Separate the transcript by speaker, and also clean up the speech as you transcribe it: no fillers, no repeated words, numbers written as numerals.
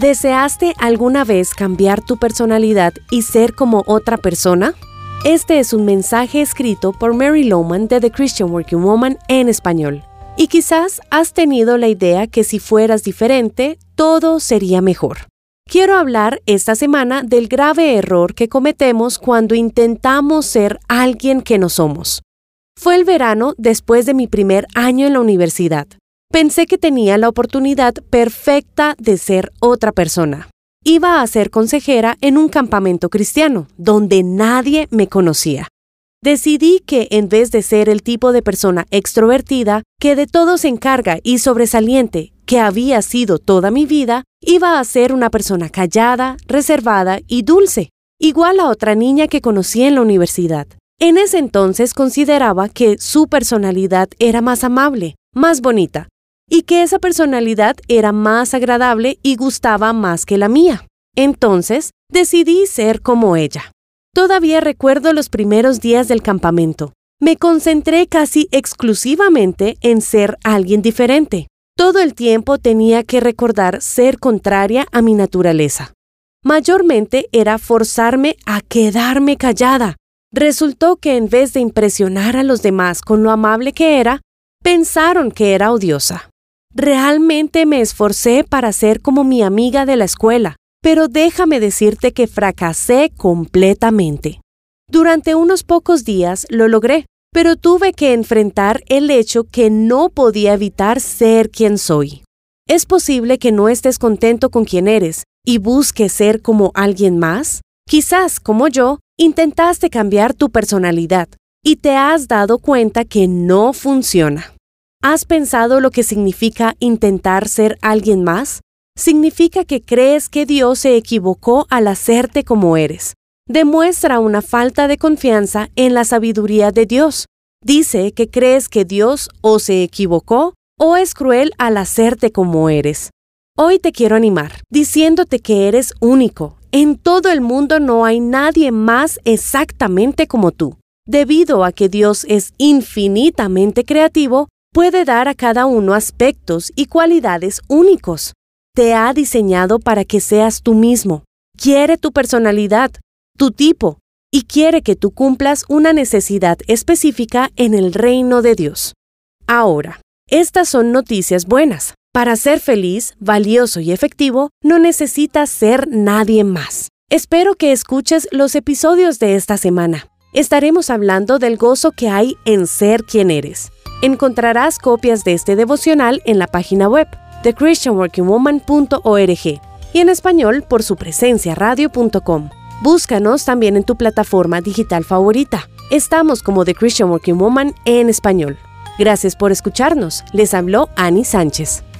Speaker 1: ¿Deseaste alguna vez cambiar tu personalidad y ser como otra persona? Este es un mensaje escrito por Mary Lowman de The Christian Working Woman en español. Y quizás has tenido la idea que si fueras diferente, todo sería mejor. Quiero hablar esta semana del grave error que cometemos cuando intentamos ser alguien que no somos. Fue el verano después de mi primer año en la universidad. Pensé que tenía la oportunidad perfecta de ser otra persona. Iba a ser consejera en un campamento cristiano, donde nadie me conocía. Decidí que en vez de ser el tipo de persona extrovertida, que de todo se encarga y sobresaliente, que había sido toda mi vida, iba a ser una persona callada, reservada y dulce, igual a otra niña que conocí en la universidad. En ese entonces consideraba que su personalidad era más amable, más bonita, y que esa personalidad era más agradable y gustaba más que la mía. Entonces, decidí ser como ella. Todavía recuerdo los primeros días del campamento. Me concentré casi exclusivamente en ser alguien diferente. Todo el tiempo tenía que recordar ser contraria a mi naturaleza. Mayormente era forzarme a quedarme callada. Resultó que en vez de impresionar a los demás con lo amable que era, pensaron que era odiosa. Realmente me esforcé para ser como mi amiga de la escuela, pero déjame decirte que fracasé completamente. Durante unos pocos días lo logré, pero tuve que enfrentar el hecho que no podía evitar ser quien soy. ¿Es posible que no estés contento con quien eres y busques ser como alguien más? Quizás, como yo, intentaste cambiar tu personalidad y te has dado cuenta que no funciona. ¿Has pensado lo que significa intentar ser alguien más? Significa que crees que Dios se equivocó al hacerte como eres. Demuestra una falta de confianza en la sabiduría de Dios. Dice que crees que Dios o se equivocó o es cruel al hacerte como eres. Hoy te quiero animar, diciéndote que eres único. En todo el mundo no hay nadie más exactamente como tú. Debido a que Dios es infinitamente creativo, puede dar a cada uno aspectos y cualidades únicos. Te ha diseñado para que seas tú mismo. Quiere tu personalidad, tu tipo, y quiere que tú cumplas una necesidad específica en el reino de Dios. Ahora, estas son noticias buenas. Para ser feliz, valioso y efectivo, no necesitas ser nadie más. Espero que escuches los episodios de esta semana. Estaremos hablando del gozo que hay en ser quien eres. Encontrarás copias de este devocional en la página web thechristianworkingwoman.org y en español por supresenciaradio.com. Búscanos también en tu plataforma digital favorita. Estamos como The Christian Working Woman en español. Gracias por escucharnos. Les habló Annie Sánchez.